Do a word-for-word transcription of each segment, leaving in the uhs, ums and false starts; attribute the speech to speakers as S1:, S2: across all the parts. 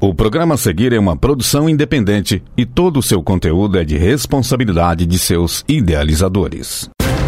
S1: O programa a seguir é uma produção independente e todo o seu conteúdo é de responsabilidade de seus idealizadores.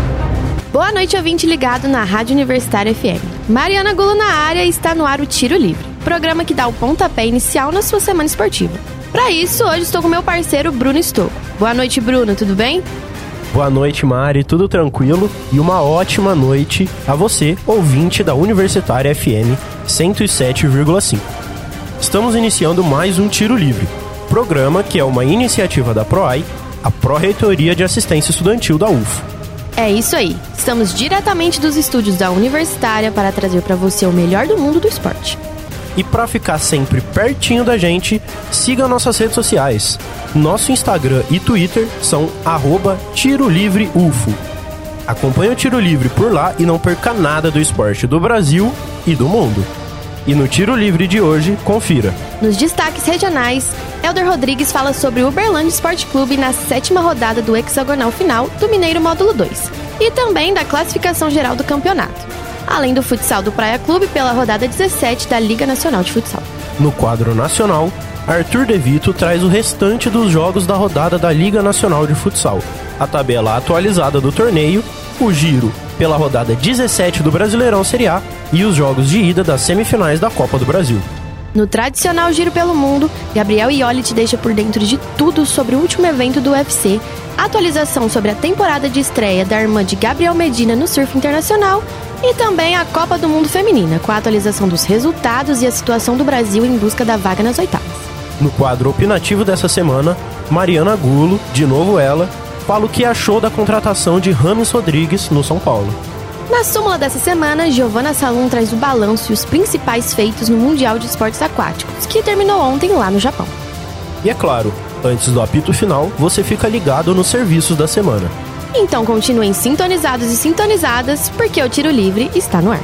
S2: Boa noite, ouvinte ligado na Rádio Universitária F M. Mariana Gulo na área e está no ar o Tiro Livre, programa que dá o pontapé inicial na sua semana esportiva. Para isso, hoje estou com meu parceiro Bruno Stocco. Boa noite, Bruno, tudo bem?
S3: Boa noite, Mari, tudo tranquilo? E uma ótima noite a você, ouvinte da Universitária F M cento e sete vírgula cinco. Estamos iniciando mais um Tiro Livre, programa que é uma iniciativa da PROAI, a Pró-Reitoria de Assistência Estudantil da U F.
S2: É isso aí, estamos diretamente dos estúdios da Universitária para trazer para você o melhor do mundo do esporte.
S3: E para ficar sempre pertinho da gente, siga nossas redes sociais. Nosso Instagram e Twitter são arroba Tiro Livre U F O. Acompanhe o Tiro Livre por lá e não perca nada do esporte do Brasil e do mundo. E no Tiro Livre de hoje, confira.
S2: Nos destaques regionais, Elder Rodrigues fala sobre o Uberlândia Esporte Clube na sétima rodada do hexagonal final do Mineiro Módulo dois e também da classificação geral do campeonato, além do futsal do Praia Clube pela rodada dezessete da Liga Nacional de Futsal.
S3: No quadro nacional, Arthur De Vito traz o restante dos jogos da rodada da Liga Nacional de Futsal, a tabela atualizada do torneio, o giro pela rodada dezessete do Brasileirão Série A e os jogos de ida das semifinais da Copa do Brasil.
S2: No tradicional Giro pelo Mundo, Gabriel Ioli te deixa por dentro de tudo sobre o último evento do U F C, atualização sobre a temporada de estreia da irmã de Gabriel Medina no surf internacional e também a Copa do Mundo Feminina, com a atualização dos resultados e a situação do Brasil em busca da vaga nas oitavas.
S3: No quadro opinativo dessa semana, Mariana Gulo, de novo ela, fala o que achou da contratação de Rames Rodrigues no São Paulo.
S2: Na súmula dessa semana, Giovana Salum traz o balanço e os principais feitos no Mundial de Esportes Aquáticos, que terminou ontem lá no Japão.
S3: E é claro, antes do apito final, você fica ligado nos serviços da semana.
S2: Então continuem sintonizados e sintonizadas, porque o Tiro Livre está no ar.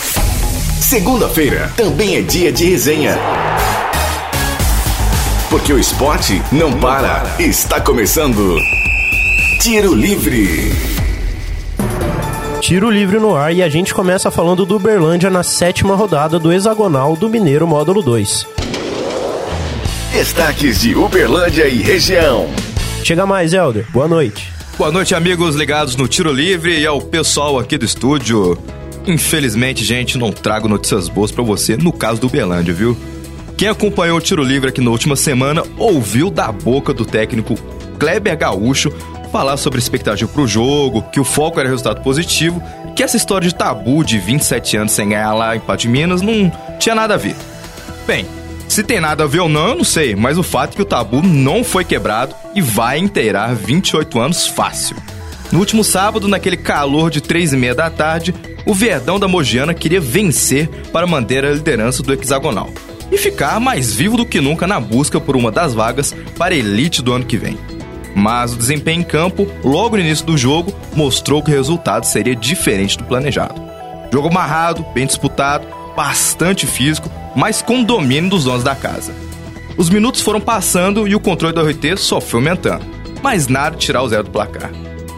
S4: Segunda-feira também é dia de resenha. Porque o esporte não para. Está começando Tiro Livre.
S3: Tiro Livre no ar e a gente começa falando do Uberlândia na sétima rodada do hexagonal do Mineiro Módulo dois.
S4: Destaques de Uberlândia e região.
S3: Chega mais, Elder. Boa noite.
S5: Boa noite, amigos ligados no Tiro Livre e ao pessoal aqui do estúdio. Infelizmente, gente, não trago notícias boas pra você no caso do Uberlândia, viu? Quem acompanhou o Tiro Livre aqui na última semana ouviu da boca do técnico Kleber Gaúcho falar sobre expectativa pro jogo, que o foco era resultado positivo e que essa história de tabu de vinte e sete anos sem ganhar lá em Pato de Minas não tinha nada a ver. Bem, se tem nada a ver ou não, eu não sei, mas o fato é que o tabu não foi quebrado e vai inteirar vinte e oito anos fácil. No último sábado, naquele calor de três e meia da tarde, o Verdão da Mogiana queria vencer para manter a liderança do hexagonal e ficar mais vivo do que nunca na busca por uma das vagas para a elite do ano que vem. Mas o desempenho em campo, logo no início do jogo, mostrou que o resultado seria diferente do planejado. Jogo amarrado, bem disputado, bastante físico, mas com domínio dos donos da casa. Os minutos foram passando e o controle do R T só foi aumentando, mas nada de tirar o zero do placar.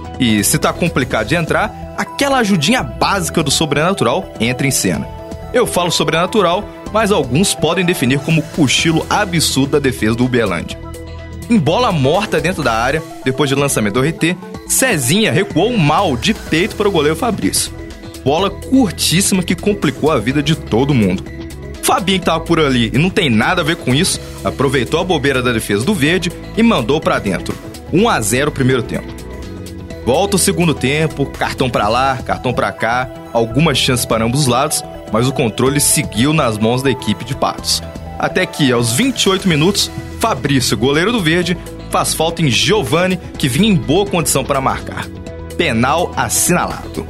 S5: E se tá complicado de entrar, aquela ajudinha básica do sobrenatural entra em cena. Eu falo sobrenatural, mas alguns podem definir como cochilo absurdo da defesa do Uberlândia. Em bola morta dentro da área, depois de lançamento do R T, Cezinha recuou mal de peito para o goleiro Fabrício. Bola curtíssima que complicou a vida de todo mundo. Fabinho, que estava por ali e não tem nada a ver com isso, aproveitou a bobeira da defesa do Verde e mandou para dentro. um a zero primeiro tempo. Volta o segundo tempo, cartão para lá, cartão para cá, algumas chances para ambos os lados, mas o controle seguiu nas mãos da equipe de Patos. Até que, aos vinte e oito minutos, Fabrício, goleiro do Verde, faz falta em Giovani, que vinha em boa condição para marcar. Penal assinalado.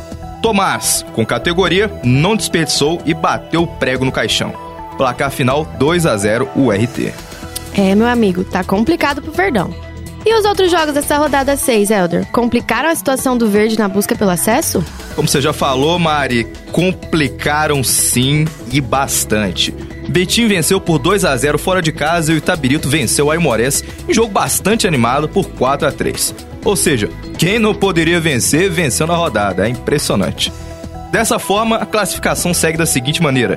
S5: Tomás, com categoria, não desperdiçou e bateu o prego no caixão. Placar final dois a zero U R T.
S2: É, meu amigo, tá complicado pro Verdão. E os outros jogos dessa rodada seis, Elder? Complicaram a situação do Verde na busca pelo acesso?
S5: Como você já falou, Mari, complicaram sim e bastante. Betim venceu por dois a zero fora de casa e o Itabirito venceu o Aimorés em jogo bastante animado por quatro a três. Ou seja, quem não poderia vencer, venceu na rodada. É impressionante. Dessa forma, a classificação segue da seguinte maneira.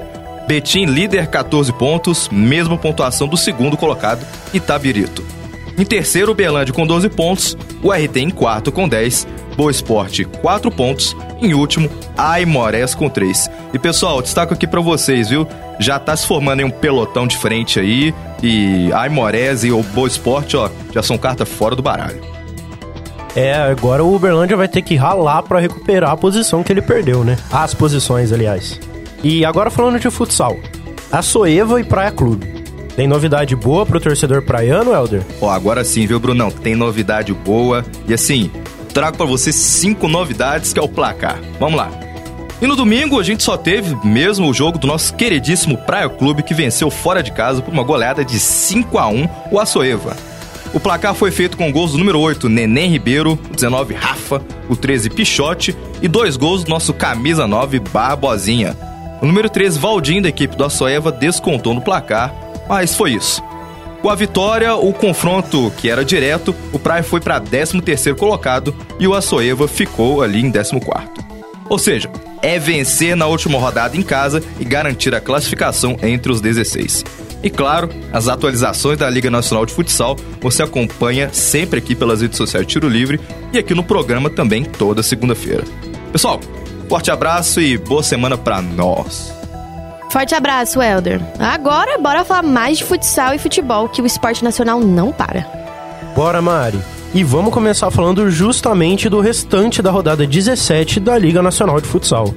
S5: Betim líder quatorze pontos, mesma pontuação do segundo colocado, Itabirito. Em terceiro, Uberlândia com doze pontos, o R T em quarto com dez, Boa Esporte quatro pontos, em último, Aimorés com três. E pessoal, destaco aqui pra vocês, viu? Já tá se formando em um pelotão de frente aí, e Aimorés e o Boa Esporte, ó, já são carta fora do baralho.
S3: É, agora o Uberlândia vai ter que ralar pra recuperar a posição que ele perdeu, né? As posições, aliás. E agora falando de futsal, Açoeva e Praia Clube. Tem novidade boa pro torcedor praiano, Helder?
S5: Ó, agora sim, viu, Brunão? Tem novidade boa. E assim, trago pra você cinco novidades que é o placar. Vamos lá. E no domingo a gente só teve mesmo o jogo do nosso queridíssimo Praia Clube, que venceu fora de casa por uma goleada de cinco a um o Açoeva. O placar foi feito com gols do número oito, Neném Ribeiro, o dezenove, Rafa, o treze, Pichote e dois gols do nosso camisa nove, Barbosinha. O número treze, Valdinho, da equipe do Açoeva, descontou no placar, mas foi isso. Com a vitória, o confronto que era direto, o Praia foi para décimo terceiro colocado e o Açoeva ficou ali em décimo quarto. Ou seja, é vencer na última rodada em casa e garantir a classificação entre os dezesseis. E claro, as atualizações da Liga Nacional de Futsal você acompanha sempre aqui pelas redes sociais Tiro Livre e aqui no programa também toda segunda-feira. Pessoal, forte abraço e boa semana pra nós!
S2: Forte abraço, Helder. Agora, bora falar mais de futsal e futebol, que o esporte nacional não para.
S3: Bora, Mari. E vamos começar falando justamente do restante da rodada dezessete da Liga Nacional de Futsal.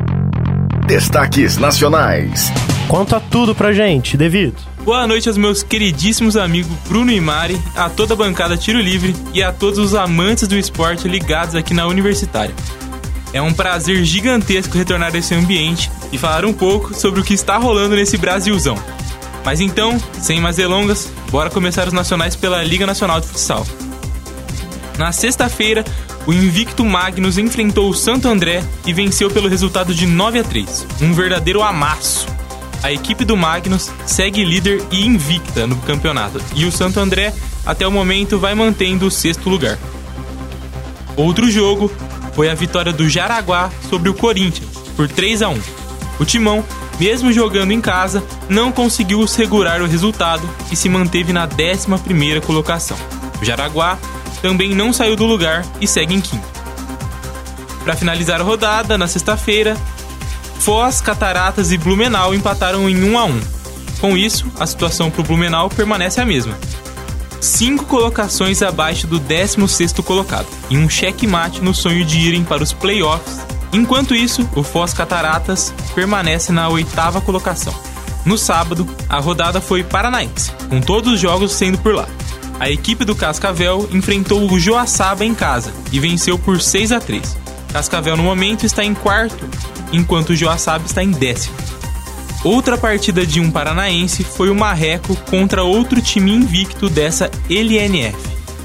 S4: Destaques nacionais.
S3: Conta tudo pra gente, Devido.
S6: Boa noite aos meus queridíssimos amigos Bruno e Mari, a toda a bancada Tiro Livre e a todos os amantes do esporte ligados aqui na Universitária. É um prazer gigantesco retornar a esse ambiente e falar um pouco sobre o que está rolando nesse Brasilzão. Mas então, sem mais delongas, bora começar os nacionais pela Liga Nacional de Futsal. Na sexta-feira, o invicto Magnus enfrentou o Santo André e venceu pelo resultado de nove a três, um verdadeiro amasso. A equipe do Magnus segue líder e invicta no campeonato, e o Santo André, até o momento, vai mantendo o sexto lugar. Outro jogo foi a vitória do Jaraguá sobre o Corinthians, por três a um. O Timão, mesmo jogando em casa, não conseguiu segurar o resultado e se manteve na décima primeira colocação. O Jaraguá também não saiu do lugar e segue em quinto. Para finalizar a rodada, na sexta-feira, Foz, Cataratas e Blumenau empataram em um a um. Com isso, a situação para o Blumenau permanece a mesma. Cinco colocações abaixo do décimo sexto colocado, e um checkmate no sonho de irem para os playoffs. Enquanto isso, o Foz Cataratas permanece na oitava colocação. No sábado, a rodada foi paranaense, com todos os jogos sendo por lá. A equipe do Cascavel enfrentou o Joaçaba em casa e venceu por seis a três. Cascavel no momento está em quarto, enquanto o Joaçaba está em décimo. Outra partida de um paranaense foi o Marreco contra outro time invicto dessa L N F,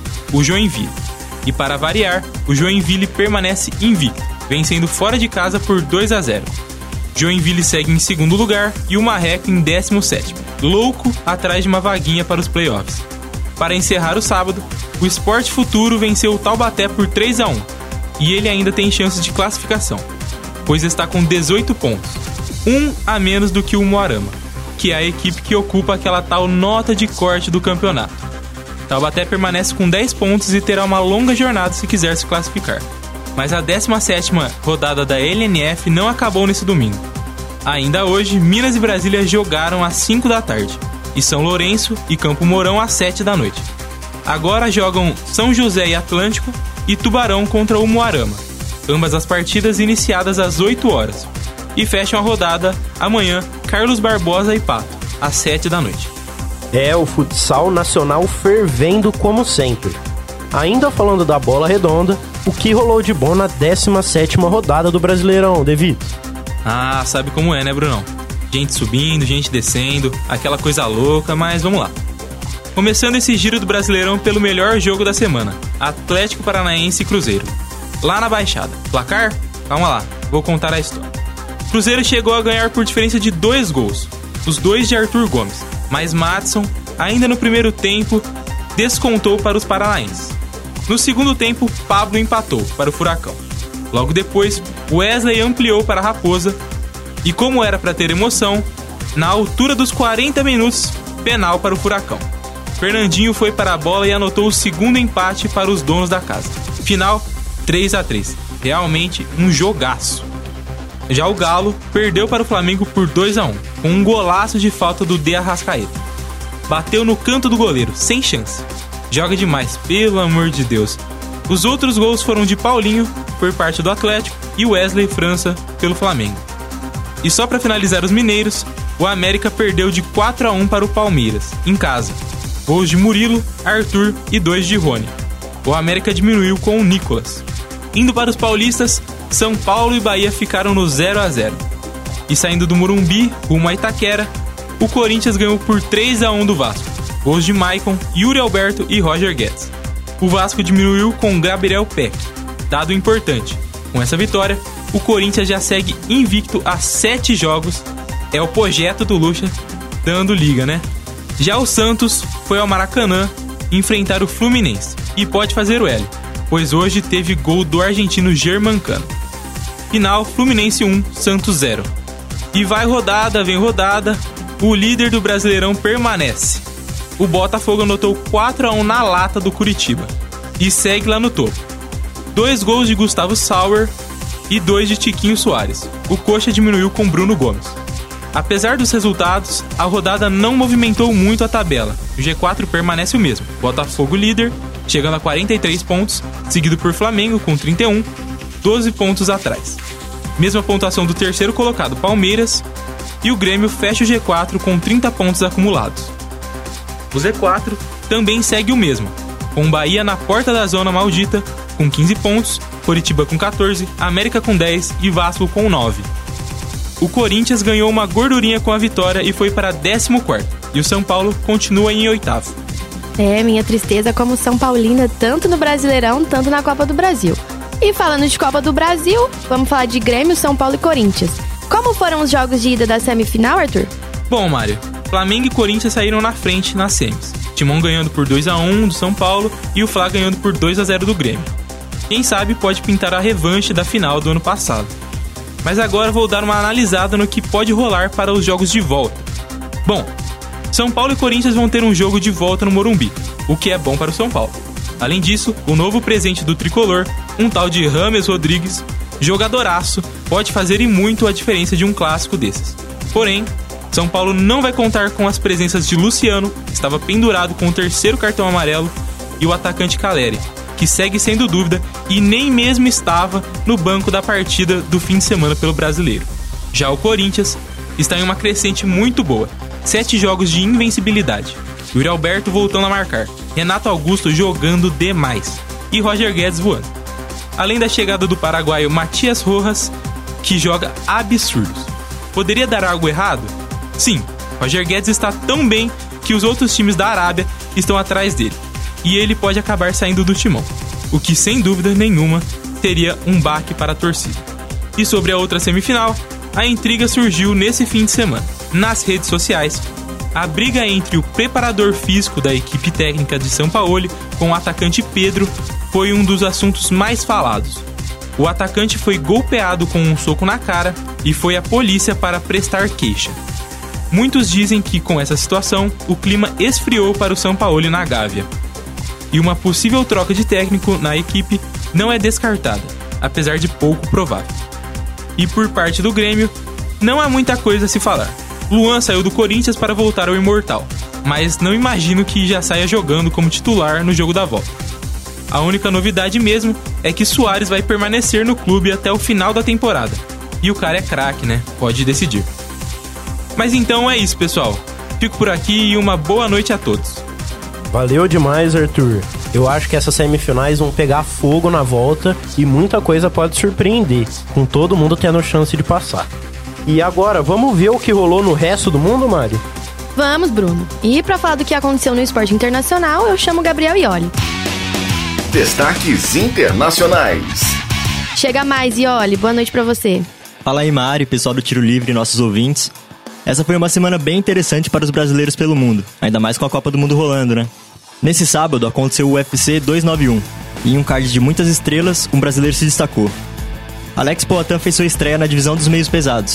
S6: o Joinville. E para variar, o Joinville permanece invicto, vencendo fora de casa por dois a zero. Joinville segue em segundo lugar e o Marreco em décimo sétimo, louco atrás de uma vaguinha para os playoffs. Para encerrar o sábado, o Sport Futuro venceu o Taubaté por três a um, e ele ainda tem chances de classificação, pois está com dezoito pontos, um a menos do que o Moarama, que é a equipe que ocupa aquela tal nota de corte do campeonato. Taubaté permanece com dez pontos e terá uma longa jornada se quiser se classificar. Mas a décima sétima rodada da L N F não acabou nesse domingo. Ainda hoje, Minas e Brasília jogaram às cinco da tarde, e São Lourenço e Campo Mourão às sete da noite. Agora jogam São José e Atlântico e Tubarão contra o Moarama, ambas as partidas iniciadas às oito horas. E fecham a rodada amanhã, Carlos Barbosa e Pato, às sete da noite.
S3: É o futsal nacional fervendo como sempre. Ainda falando da bola redonda, o que rolou de bom na décima sétima rodada do Brasileirão, Devido?
S6: Ah, sabe como é, né, Brunão? Gente subindo, gente descendo, aquela coisa louca, mas vamos lá. Começando esse giro do Brasileirão pelo melhor jogo da semana, Atlético Paranaense e Cruzeiro. Lá na Baixada. Placar? Calma lá, vou contar a história. Cruzeiro chegou a ganhar por diferença de dois gols, os dois de Arthur Gomes, mas Madison, ainda no primeiro tempo, descontou para os paranaenses. No segundo tempo, Pablo empatou para o Furacão. Logo depois, Wesley ampliou para a Raposa e, como era para ter emoção, Na altura dos quarenta minutos, penal para o Furacão. Fernandinho foi para a bola e anotou o segundo empate para os donos da casa. Final, três a três. Realmente um jogaço. Já o Galo perdeu para o Flamengo por dois a um, com um golaço de falta do De Arrascaeta. Bateu no canto do goleiro, sem chance. Joga demais, pelo amor de Deus. Os outros gols foram de Paulinho, por parte do Atlético, e Wesley França, pelo Flamengo. E só para finalizar os mineiros, o América perdeu de quatro a um para o Palmeiras, em casa. Gols de Murilo, Arthur e dois de Rony. O América diminuiu com o Nicolas. Indo para os paulistas, São Paulo e Bahia ficaram no zero a zero. E saindo do Morumbi, rumo a Itaquera, o Corinthians ganhou por três a um do Vasco. Gols de Maicon, Yuri Alberto e Roger Guedes. O Vasco diminuiu com Gabriel Peck. Dado importante, com essa vitória, o Corinthians já segue invicto a sete jogos. É o projeto do Lucha dando liga, né? Já o Santos foi ao Maracanã enfrentar o Fluminense e pode fazer o L, pois hoje teve gol do argentino Germancano. Final, Fluminense um, Santos zero. E vai rodada, vem rodada, o líder do Brasileirão permanece. O Botafogo anotou quatro a um na lata do Curitiba e segue lá no topo. Dois gols de Gustavo Sauer e dois de Tiquinho Soares. O Coxa diminuiu com Bruno Gomes. Apesar dos resultados, a rodada não movimentou muito a tabela. O G quatro permanece o mesmo. Botafogo líder, chegando a quarenta e três pontos, seguido por Flamengo com trinta e um, doze pontos atrás. Mesma pontuação do terceiro colocado, Palmeiras, e o Grêmio fecha o G quatro com trinta pontos acumulados. O Z quatro também segue o mesmo, com Bahia na porta da zona maldita com quinze pontos, Coritiba com catorze, América com dez e Vasco com nove. O Corinthians ganhou uma gordurinha com a vitória e foi para décimo quarto, e o São Paulo continua em oitavo.
S2: É, minha tristeza como São Paulina, tanto no Brasileirão, tanto na Copa do Brasil. E falando de Copa do Brasil, vamos falar de Grêmio, São Paulo e Corinthians. Como foram os jogos de ida da semifinal, Arthur?
S6: Bom, Mário, Flamengo e Corinthians saíram na frente nas semis. Timão ganhando por dois a um do São Paulo e o Flá ganhando por dois a zero do Grêmio. Quem sabe pode pintar a revanche da final do ano passado. Mas agora vou dar uma analisada no que pode rolar para os jogos de volta. Bom, São Paulo e Corinthians vão ter um jogo de volta no Morumbi, o que é bom para o São Paulo. Além disso, o novo presente do tricolor, um tal de James Rodrigues, jogadoraço, pode fazer e muito a diferença de um clássico desses. Porém, São Paulo não vai contar com as presenças de Luciano, que estava pendurado com o terceiro cartão amarelo, e o atacante Caleri, que segue sendo dúvida e nem mesmo estava no banco da partida do fim de semana pelo Brasileiro. Já o Corinthians está em uma crescente muito boa, sete jogos de invencibilidade. Yuri Alberto voltando a marcar, Renato Augusto jogando demais e Roger Guedes voando. Além da chegada do paraguaio Matias Rojas, que joga absurdos. Poderia dar algo errado? Sim, Roger Guedes está tão bem que os outros times da Arábia estão atrás dele, e ele pode acabar saindo do timão, o que sem dúvida nenhuma seria um baque para a torcida. E sobre a outra semifinal, a intriga surgiu nesse fim de semana. Nas redes sociais, a briga entre o preparador físico da equipe técnica de São Paulo com o atacante Pedro foi um dos assuntos mais falados. O atacante foi golpeado com um soco na cara e foi à polícia para prestar queixa. Muitos dizem que com essa situação, o clima esfriou para o São Paulo na Gávea. E uma possível troca de técnico na equipe não é descartada, apesar de pouco provável. E por parte do Grêmio, não há muita coisa a se falar. Luan saiu do Corinthians para voltar ao Imortal, mas não imagino que já saia jogando como titular no jogo da volta. A única novidade mesmo é que Soares vai permanecer no clube até o final da temporada. E o cara é craque, né? Pode decidir. Mas então é isso, pessoal. Fico por aqui e uma boa noite a todos.
S3: Valeu demais, Arthur. Eu acho que essas semifinais vão pegar fogo na volta e muita coisa pode surpreender, com todo mundo tendo chance de passar. E agora, vamos ver o que rolou no resto do mundo, Mari?
S2: Vamos, Bruno. E pra falar do que aconteceu no esporte internacional, eu chamo Gabriel Ioli.
S4: Destaques internacionais.
S2: Chega mais, Ioli. Boa noite pra você.
S7: Fala aí, Mari, pessoal do Tiro Livre e nossos ouvintes. Essa foi uma semana bem interessante para os brasileiros pelo mundo, ainda mais com a Copa do Mundo rolando, né? Nesse sábado aconteceu o U F C duzentos e noventa e um, e em um card de muitas estrelas, um brasileiro se destacou. Alex Poatan fez sua estreia na divisão dos meios pesados.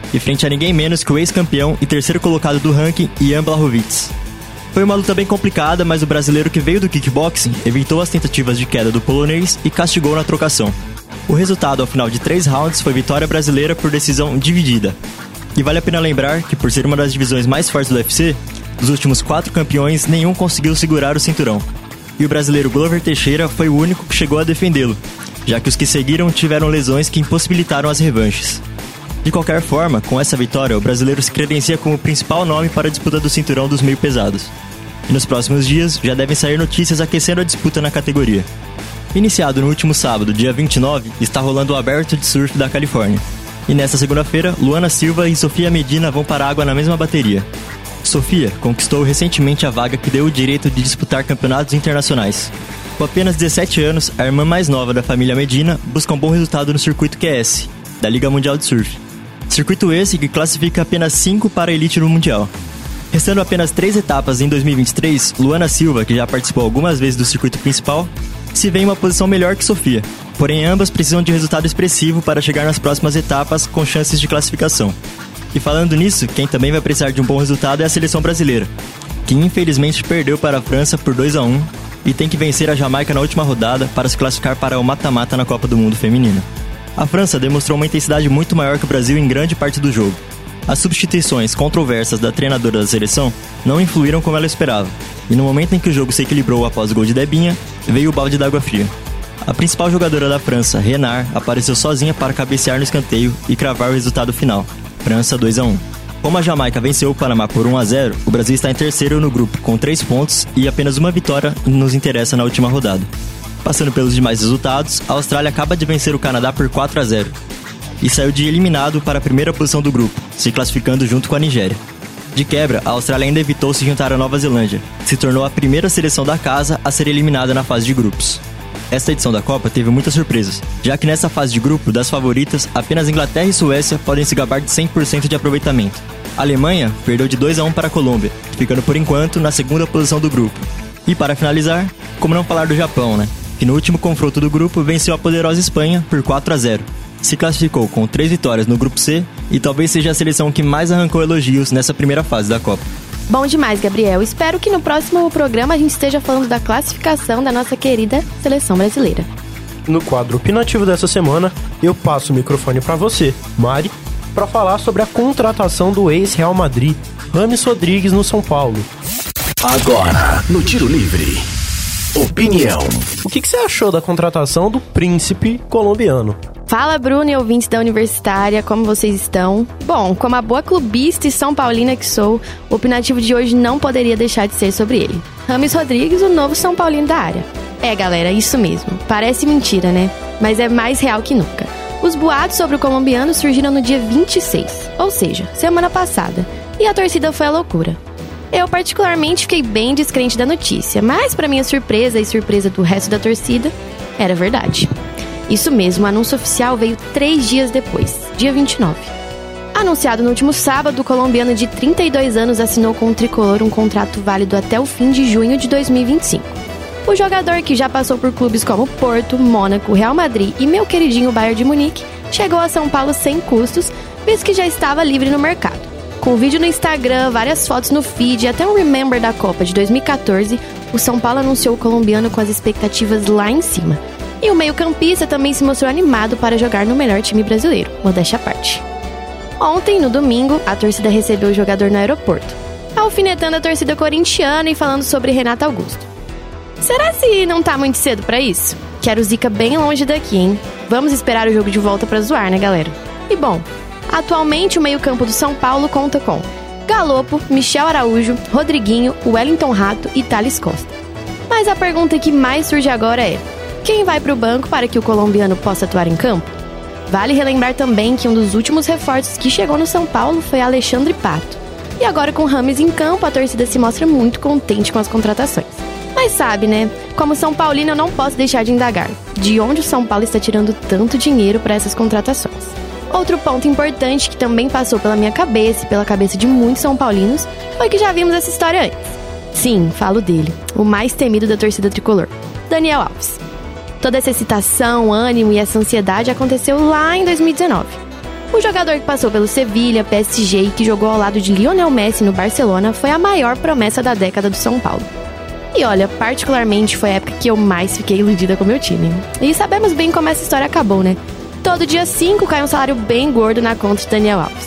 S7: e frente a ninguém menos que o ex-campeão e terceiro colocado do ranking, Jan Blachowicz. Foi uma luta bem complicada, mas o brasileiro que veio do kickboxing evitou as tentativas de queda do polonês e castigou na trocação. O resultado ao final de três rounds foi vitória brasileira por decisão dividida. E vale a pena lembrar que, por ser uma das divisões mais fortes do U F C, dos últimos quatro campeões, nenhum conseguiu segurar o cinturão. E o brasileiro Glover Teixeira foi o único que chegou a defendê-lo, já que os que seguiram tiveram lesões que impossibilitaram as revanches. De qualquer forma, com essa vitória, o brasileiro se credencia como o principal nome para a disputa do cinturão dos meio pesados. E nos próximos dias, já devem sair notícias aquecendo a disputa na categoria. Iniciado no último sábado, dia vinte e nove, está rolando o Aberto de Surf da Califórnia. E nesta segunda-feira, Luana Silva e Sofia Medina vão para a água na mesma bateria. Sofia conquistou recentemente a vaga que deu o direito de disputar campeonatos internacionais. Com apenas dezessete anos, a irmã mais nova da família Medina busca um bom resultado no circuito Q S, da Liga Mundial de Surf. Circuito esse que classifica apenas cinco para a elite no Mundial. Restando apenas três etapas em dois mil e vinte e três, Luana Silva, que já participou algumas vezes do circuito principal, se vê em uma posição melhor que Sofia. Porém, ambas precisam de resultado expressivo para chegar nas próximas etapas com chances de classificação. E falando nisso, quem também vai precisar de um bom resultado é a seleção brasileira, que infelizmente perdeu para a França por dois a um e tem que vencer a Jamaica na última rodada para se classificar para o mata-mata na Copa do Mundo Feminina. A França demonstrou uma intensidade muito maior que o Brasil em grande parte do jogo. As substituições controversas da treinadora da seleção não influíram como ela esperava, e no momento em que o jogo se equilibrou após o gol de Debinha, veio o balde d'água fria. A principal jogadora da França, Renard, apareceu sozinha para cabecear no escanteio e cravar o resultado final, França dois a um. Como a Jamaica venceu o Panamá por um a zero, o Brasil está em terceiro no grupo com três pontos e apenas uma vitória nos interessa na última rodada. Passando pelos demais resultados, a Austrália acaba de vencer o Canadá por quatro a zero e saiu de eliminado para a primeira posição do grupo, se classificando junto com a Nigéria. De quebra, a Austrália ainda evitou se juntar à Nova Zelândia, que se tornou a primeira seleção da casa a ser eliminada na fase de grupos. Esta edição da Copa teve muitas surpresas, já que nessa fase de grupo das favoritas, apenas Inglaterra e Suécia podem se gabar de cem por cento de aproveitamento. A Alemanha perdeu de dois a um para a Colômbia, ficando por enquanto na segunda posição do grupo. E para finalizar, como não falar do Japão, né? Que no último confronto do grupo venceu a poderosa Espanha por quatro a zero. Se classificou com três vitórias no grupo C e talvez seja a seleção que mais arrancou elogios nessa primeira fase da Copa.
S2: Bom demais, Gabriel. Espero que no próximo programa a gente esteja falando da classificação da nossa querida seleção brasileira.
S3: No quadro opinativo dessa semana, eu passo o microfone para você, Mari, para falar sobre a contratação do ex-Real Madrid, James Rodrigues, no São Paulo.
S4: Agora, no Tiro Livre, opinião.
S3: O que, que você achou da contratação do príncipe colombiano?
S2: Fala, Bruno e ouvintes da Universitária, como vocês estão? Bom, como a boa clubista e São Paulina que sou, o opinativo de hoje não poderia deixar de ser sobre ele. James Rodrigues, o novo São Paulino da área. É, galera, isso mesmo. Parece mentira, né? Mas é mais real que nunca. Os boatos sobre o colombiano surgiram no dia vinte e seis, ou seja, semana passada, e a torcida foi à loucura. Eu particularmente fiquei bem descrente da notícia, mas para minha surpresa e surpresa do resto da torcida, era verdade. Isso mesmo, o anúncio oficial veio três dias depois, dia vinte e nove. Anunciado no último sábado, o colombiano de trinta e dois anos assinou com o tricolor um contrato válido até o fim de junho de dois mil e vinte e cinco. O jogador, que já passou por clubes como Porto, Mônaco, Real Madrid e meu queridinho Bayern de Munique, chegou a São Paulo sem custos, visto que já estava livre no mercado. Com vídeo no Instagram, várias fotos no feed e até um remember da Copa de dois mil e catorze, o São Paulo anunciou o colombiano com as expectativas lá em cima. E o meio-campista também se mostrou animado para jogar no melhor time brasileiro, modéstia à parte. Ontem, no domingo, a torcida recebeu o jogador no aeroporto, alfinetando a torcida corintiana e falando sobre Renato Augusto. Será se não tá muito cedo pra isso? Quero o Zica bem longe daqui, hein? Vamos esperar o jogo de volta pra zoar, né, galera? E bom, atualmente o meio-campo do São Paulo conta com Galopo, Michel Araújo, Rodriguinho, Wellington Rato e Thales Costa. Mas a pergunta que mais surge agora é: quem vai para o banco para que o colombiano possa atuar em campo? Vale relembrar também que um dos últimos reforços que chegou no São Paulo foi Alexandre Pato. E agora com James em campo, a torcida se mostra muito contente com as contratações. Mas sabe, né? Como São Paulino, eu não posso deixar de indagar de onde o São Paulo está tirando tanto dinheiro para essas contratações. Outro ponto importante que também passou pela minha cabeça e pela cabeça de muitos São Paulinos foi que já vimos essa história antes. Sim, falo dele, o mais temido da torcida tricolor, Daniel Alves. Toda essa excitação, ânimo e essa ansiedade aconteceu lá em dois mil e dezenove. O jogador que passou pelo Sevilha, P S G e que jogou ao lado de Lionel Messi no Barcelona foi a maior promessa da década do São Paulo. E olha, particularmente foi a época que eu mais fiquei iludida com meu time. E sabemos bem como essa história acabou, né? Todo dia cinco cai um salário bem gordo na conta de Daniel Alves.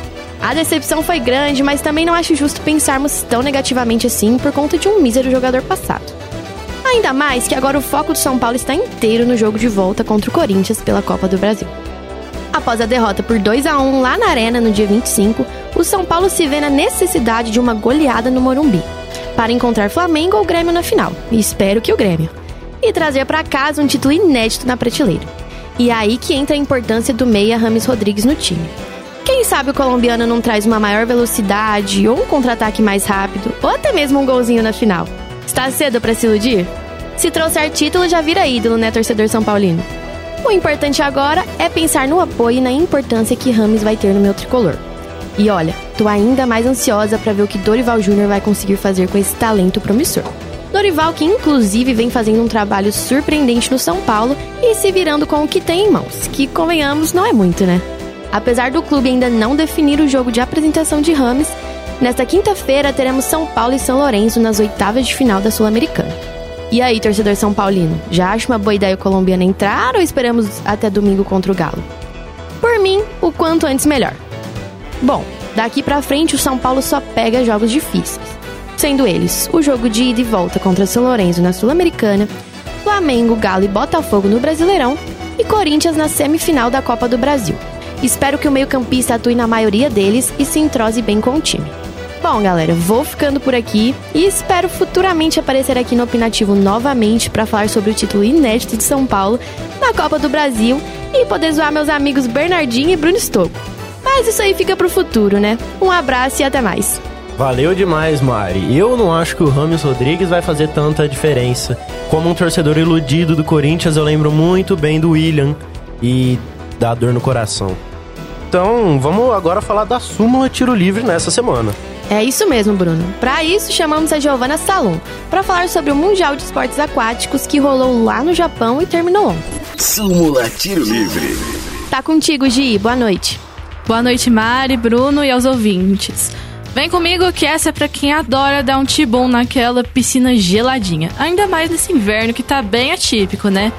S2: A decepção foi grande, mas também não acho justo pensarmos tão negativamente assim por conta de um mísero jogador passado. Ainda mais que agora o foco do São Paulo está inteiro no jogo de volta contra o Corinthians pela Copa do Brasil. Após a derrota por dois a um lá na Arena no dia vinte e cinco, o São Paulo se vê na necessidade de uma goleada no Morumbi, para encontrar Flamengo ou Grêmio na final, e espero que o Grêmio, e trazer para casa um título inédito na prateleira. E é aí que entra a importância do meia Rames Rodrigues no time. Quem sabe o colombiano não traz uma maior velocidade, ou um contra-ataque mais rápido, ou até mesmo um golzinho na final. Está cedo para se iludir? Se trouxer título já vira ídolo, né, torcedor são paulino? O importante agora é pensar no apoio e na importância que Rames vai ter no meu tricolor. E olha, tô ainda mais ansiosa para ver o que Dorival Júnior vai conseguir fazer com esse talento promissor. Dorival que inclusive vem fazendo um trabalho surpreendente no São Paulo e se virando com o que tem em mãos, que convenhamos não é muito, né? Apesar do clube ainda não definir o jogo de apresentação de Rames, nesta quinta-feira teremos São Paulo e São Lourenço nas oitavas de final da Sul-Americana. E aí, torcedor são paulino, já acha uma boa ideia o colombiano entrar ou esperamos até domingo contra o Galo? Por mim, o quanto antes melhor. Bom, daqui pra frente o São Paulo só pega jogos difíceis, sendo eles o jogo de ida e volta contra São Lourenço na Sul-Americana, Flamengo, Galo e Botafogo no Brasileirão e Corinthians na semifinal da Copa do Brasil. Espero que o meio-campista atue na maioria deles e se entrose bem com o time. Bom, galera, vou ficando por aqui e espero futuramente aparecer aqui no Opinativo novamente para falar sobre o título inédito de São Paulo na Copa do Brasil e poder zoar meus amigos Bernardinho e Bruno Stocco. Mas isso aí fica pro futuro, né? Um abraço e até mais.
S3: Valeu demais, Mari. Eu não acho que o Rames Rodrigues vai fazer tanta diferença. Como um torcedor iludido do Corinthians, eu lembro muito bem do William e dá dor no coração. Então, vamos agora falar da súmula tiro livre nessa semana.
S2: É isso mesmo, Bruno. Para isso, chamamos a Giovana Salum para falar sobre o Mundial de Esportes Aquáticos que rolou lá no Japão e terminou ontem.
S4: Súmula Tiro Livre.
S2: Tá contigo, Gi. Boa noite.
S8: Boa noite, Mari, Bruno e aos ouvintes. Vem comigo que essa é pra quem adora dar um tibum naquela piscina geladinha. Ainda mais nesse inverno que tá bem atípico, né?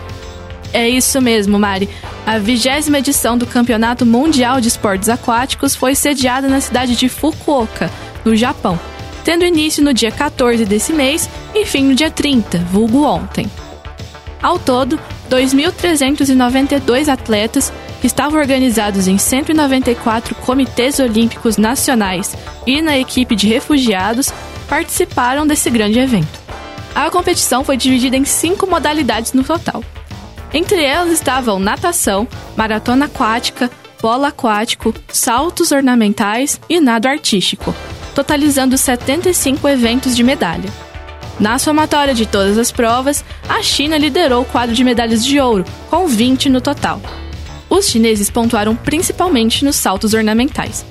S8: É isso mesmo, Mari. A vigésima edição do Campeonato Mundial de Esportes Aquáticos foi sediada na cidade de Fukuoka, no Japão, tendo início no dia quatorze desse mês e fim no dia trinta, vulgo ontem. Ao todo, dois mil trezentos e noventa e dois atletas, que estavam organizados em cento e noventa e quatro comitês olímpicos nacionais e na equipe de refugiados, participaram desse grande evento. A competição foi dividida em cinco modalidades no total. Entre elas estavam natação, maratona aquática, polo aquático, saltos ornamentais e nado artístico, totalizando setenta e cinco eventos de medalha. Na somatória de todas as provas, a China liderou o quadro de medalhas de ouro, com vinte no total. Os chineses pontuaram principalmente nos saltos ornamentais.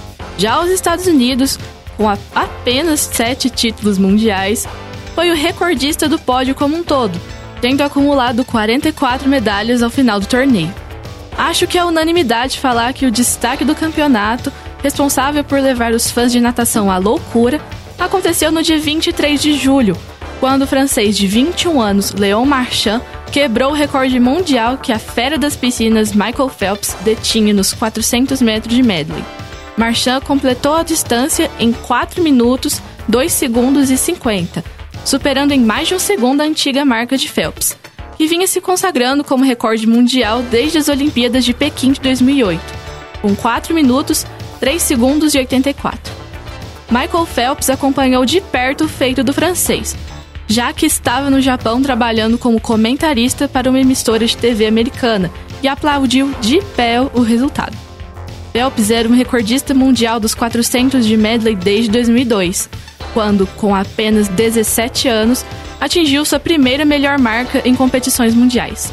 S8: Já os Estados Unidos, com a- apenas sete títulos mundiais, foi o recordista do pódio como um todo, tendo acumulado quarenta e quatro medalhas ao final do torneio. Acho que é unanimidade falar que o destaque do campeonato, responsável por levar os fãs de natação à loucura, aconteceu no dia vinte e três de julho, quando o francês de vinte e um anos, Léon Marchand, quebrou o recorde mundial que a fera das piscinas Michael Phelps detinha nos quatrocentos metros de medley. Marchand completou a distância em quatro minutos, dois segundos e cinquenta, superando em mais de um segundo a antiga marca de Phelps, que vinha se consagrando como recorde mundial desde as Olimpíadas de Pequim de dois mil e oito, com quatro minutos, três segundos e oitenta e quatro. Michael Phelps acompanhou de perto o feito do francês, já que estava no Japão trabalhando como comentarista para uma emissora de T V americana e aplaudiu de pé o resultado. Phelps era um recordista mundial dos quatrocentos de medley desde dois mil e dois, quando, com apenas dezessete anos, atingiu sua primeira melhor marca em competições mundiais.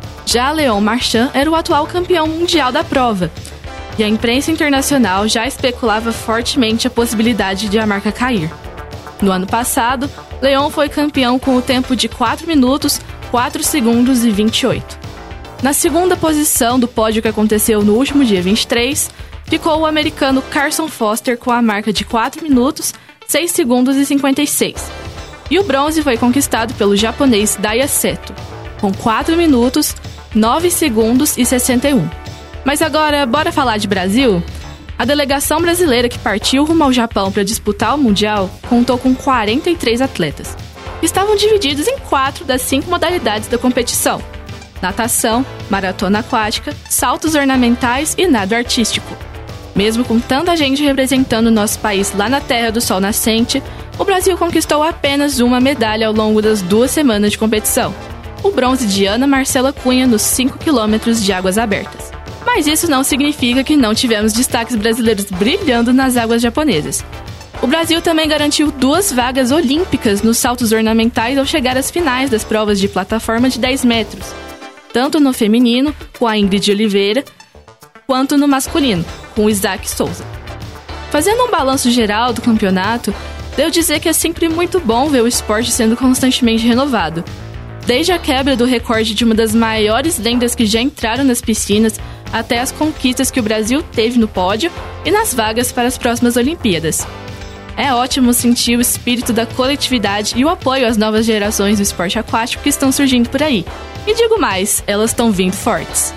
S8: Já Léon Marchand era o atual campeão mundial da prova, e a imprensa internacional já especulava fortemente a possibilidade de a marca cair. No ano passado, Léon foi campeão com o tempo de quatro minutos, quatro segundos e vinte e oito. Na segunda posição do pódio que aconteceu no último dia vinte e três, ficou o americano Carson Foster com a marca de quatro minutos, seis segundos e cinquenta e seis. E o bronze foi conquistado pelo japonês Daiya Seto, com quatro minutos, nove segundos e sessenta e um. Mas agora, bora falar de Brasil? A delegação brasileira que partiu rumo ao Japão para disputar o Mundial contou com quarenta e três atletas. Estavam divididos em quatro das cinco modalidades da competição: natação, maratona aquática, saltos ornamentais e nado artístico. Mesmo com tanta gente representando o nosso país lá na Terra do Sol Nascente, o Brasil conquistou apenas uma medalha ao longo das duas semanas de competição: o bronze de Ana Marcela Cunha nos cinco quilômetros de águas abertas. Mas isso não significa que não tivemos destaques brasileiros brilhando nas águas japonesas. O Brasil também garantiu duas vagas olímpicas nos saltos ornamentais ao chegar às finais das provas de plataforma de dez metros, tanto no feminino, com a Ingrid Oliveira, quanto no masculino, com o Isaac Souza. Fazendo um balanço geral do campeonato, devo dizer que é sempre muito bom ver o esporte sendo constantemente renovado. Desde a quebra do recorde de uma das maiores lendas que já entraram nas piscinas, até as conquistas que o Brasil teve no pódio e nas vagas para as próximas Olimpíadas. É ótimo sentir o espírito da coletividade e o apoio às novas gerações do esporte aquático que estão surgindo por aí. E digo mais, elas estão vindo fortes.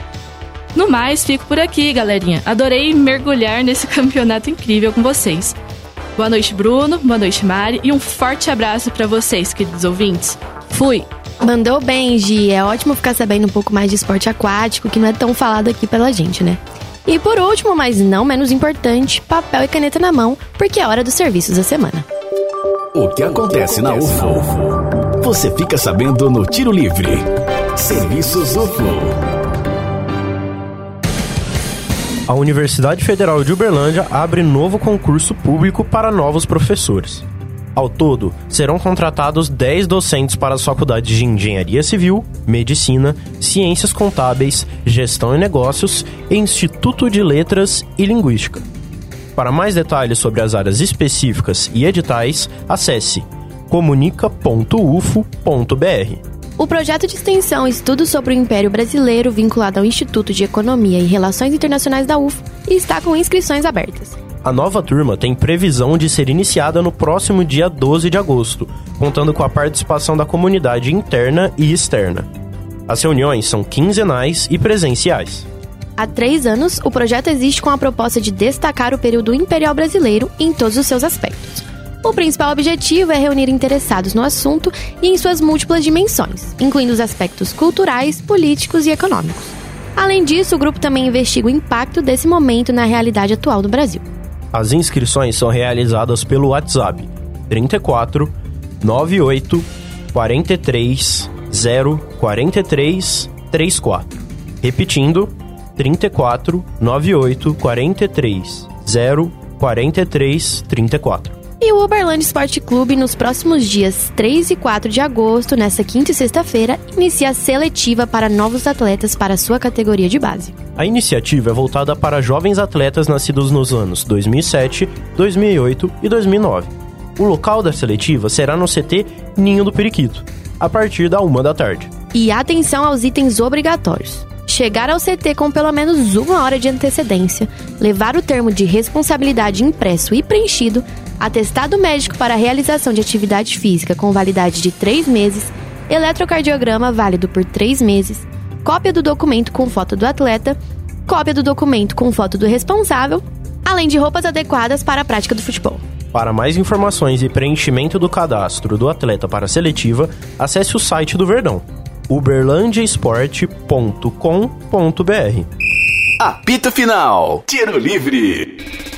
S8: No mais, fico por aqui, galerinha. Adorei mergulhar nesse campeonato incrível com vocês. Boa noite, Bruno. Boa noite, Mari. E um forte abraço para vocês, queridos ouvintes. Fui!
S2: Mandou bem, Gi. É ótimo ficar sabendo um pouco mais de esporte aquático, que não é tão falado aqui pela gente, né? E por último, mas não menos importante, papel e caneta na mão, porque é hora dos serviços da semana.
S4: O que acontece na U F O? Você fica sabendo no Tiro Livre. Serviços U F O.
S3: A Universidade Federal de Uberlândia abre novo concurso público para novos professores. Ao todo, serão contratados dez docentes para as faculdades de Engenharia Civil, Medicina, Ciências Contábeis, Gestão e Negócios e Instituto de Letras e Linguística. Para mais detalhes sobre as áreas específicas e editais, acesse comunica ponto u f o ponto b r.
S2: O projeto de extensão Estudos sobre o Império Brasileiro, vinculado ao Instituto de Economia e Relações Internacionais da U F O, está com inscrições abertas.
S3: A nova turma tem previsão de ser iniciada no próximo dia doze de agosto, contando com a participação da comunidade interna e externa. As reuniões são quinzenais e presenciais.
S2: Há três anos, o projeto existe com a proposta de destacar o período imperial brasileiro em todos os seus aspectos. O principal objetivo é reunir interessados no assunto e em suas múltiplas dimensões, incluindo os aspectos culturais, políticos e econômicos. Além disso, o grupo também investiga o impacto desse momento na realidade atual do Brasil.
S3: As inscrições são realizadas pelo WhatsApp trinta e quatro, noventa e oito, quarenta e três, zero, quarenta e três, trinta e quatro. Repetindo, trinta e quatro, noventa e oito, quarenta e três, zero, quarenta e três, trinta e quatro.
S2: E o Uberlândia Esporte Clube, nos próximos dias três e quatro de agosto, nesta quinta e sexta-feira, inicia a seletiva para novos atletas para a sua categoria de base.
S3: A iniciativa é voltada para jovens atletas nascidos nos anos dois mil e sete, dois mil e oito e dois mil e nove. O local da seletiva será no C T Ninho do Periquito, a partir da uma da tarde.
S2: E atenção aos itens obrigatórios. Chegar ao C T com pelo menos uma hora de antecedência, levar o termo de responsabilidade impresso e preenchido, atestado médico para a realização de atividade física com validade de três meses, eletrocardiograma válido por três meses, cópia do documento com foto do atleta, cópia do documento com foto do responsável, além de roupas adequadas para a prática do futebol.
S3: Para mais informações e preenchimento do cadastro do atleta para a seletiva, acesse o site do Verdão, uberlandia esporte ponto com ponto b r.
S4: Apito Final, Tiro Livre.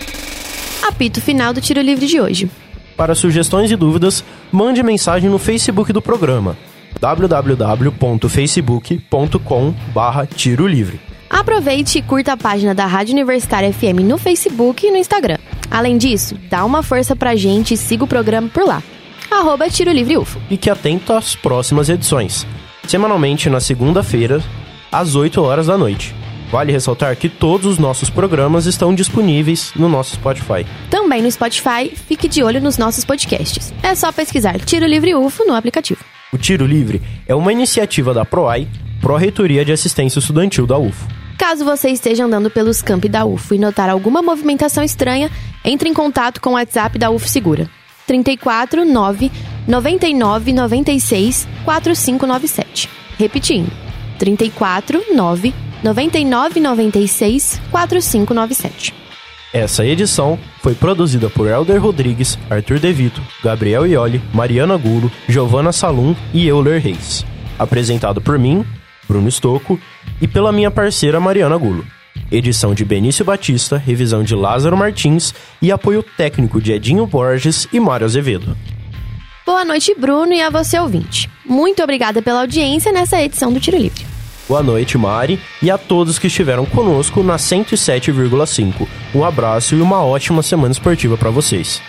S2: Apito final do Tiro Livre de hoje.
S3: Para sugestões e dúvidas, mande mensagem no Facebook do programa, w w w ponto facebook ponto com barra tiro livre.
S2: Aproveite e curta a página da Rádio Universitária F M no Facebook e no Instagram. Além disso, dá uma força pra gente e siga o programa por lá, arroba Tiro Livre U F O.
S3: Fique atento às próximas edições, semanalmente na segunda-feira, às oito horas da noite. Vale ressaltar que todos os nossos programas estão disponíveis no nosso Spotify.
S2: Também no Spotify, fique de olho nos nossos podcasts. É só pesquisar Tiro Livre U F O no aplicativo.
S3: O Tiro Livre é uma iniciativa da PROAI, Pró-Reitoria de Assistência Estudantil da U F O.
S2: Caso você esteja andando pelos campi da U F O e notar alguma movimentação estranha, entre em contato com o WhatsApp da U F Segura. trinta e quatro, nove, noventa e nove, noventa e seis, quarenta e cinco noventa e sete. Repetindo. trinta e quatro, nove, noventa e nove, noventa e seis, quarenta e cinco noventa e sete.
S3: Essa edição foi produzida por Helder Rodrigues, Arthur De Vito, Gabriel Ioli, Mariana Gulo, Giovana Salum e Euler Reis. Apresentado por mim, Bruno Stocco, e pela minha parceira Mariana Gulo. Edição de Benício Batista, revisão de Lázaro Martins e apoio técnico de Edinho Borges e Mário Azevedo.
S2: Boa noite, Bruno, e a você, ouvinte. Muito obrigada pela audiência nessa edição do Tiro Livre.
S3: Boa noite, Mari, e a todos que estiveram conosco na cento e sete vírgula cinco. Um abraço e uma ótima semana esportiva para vocês.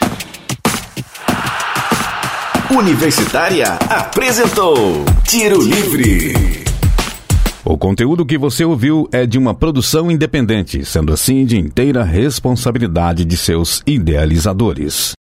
S4: Universitária apresentou Tiro Livre.
S1: O conteúdo que você ouviu é de uma produção independente, sendo assim de inteira responsabilidade de seus idealizadores.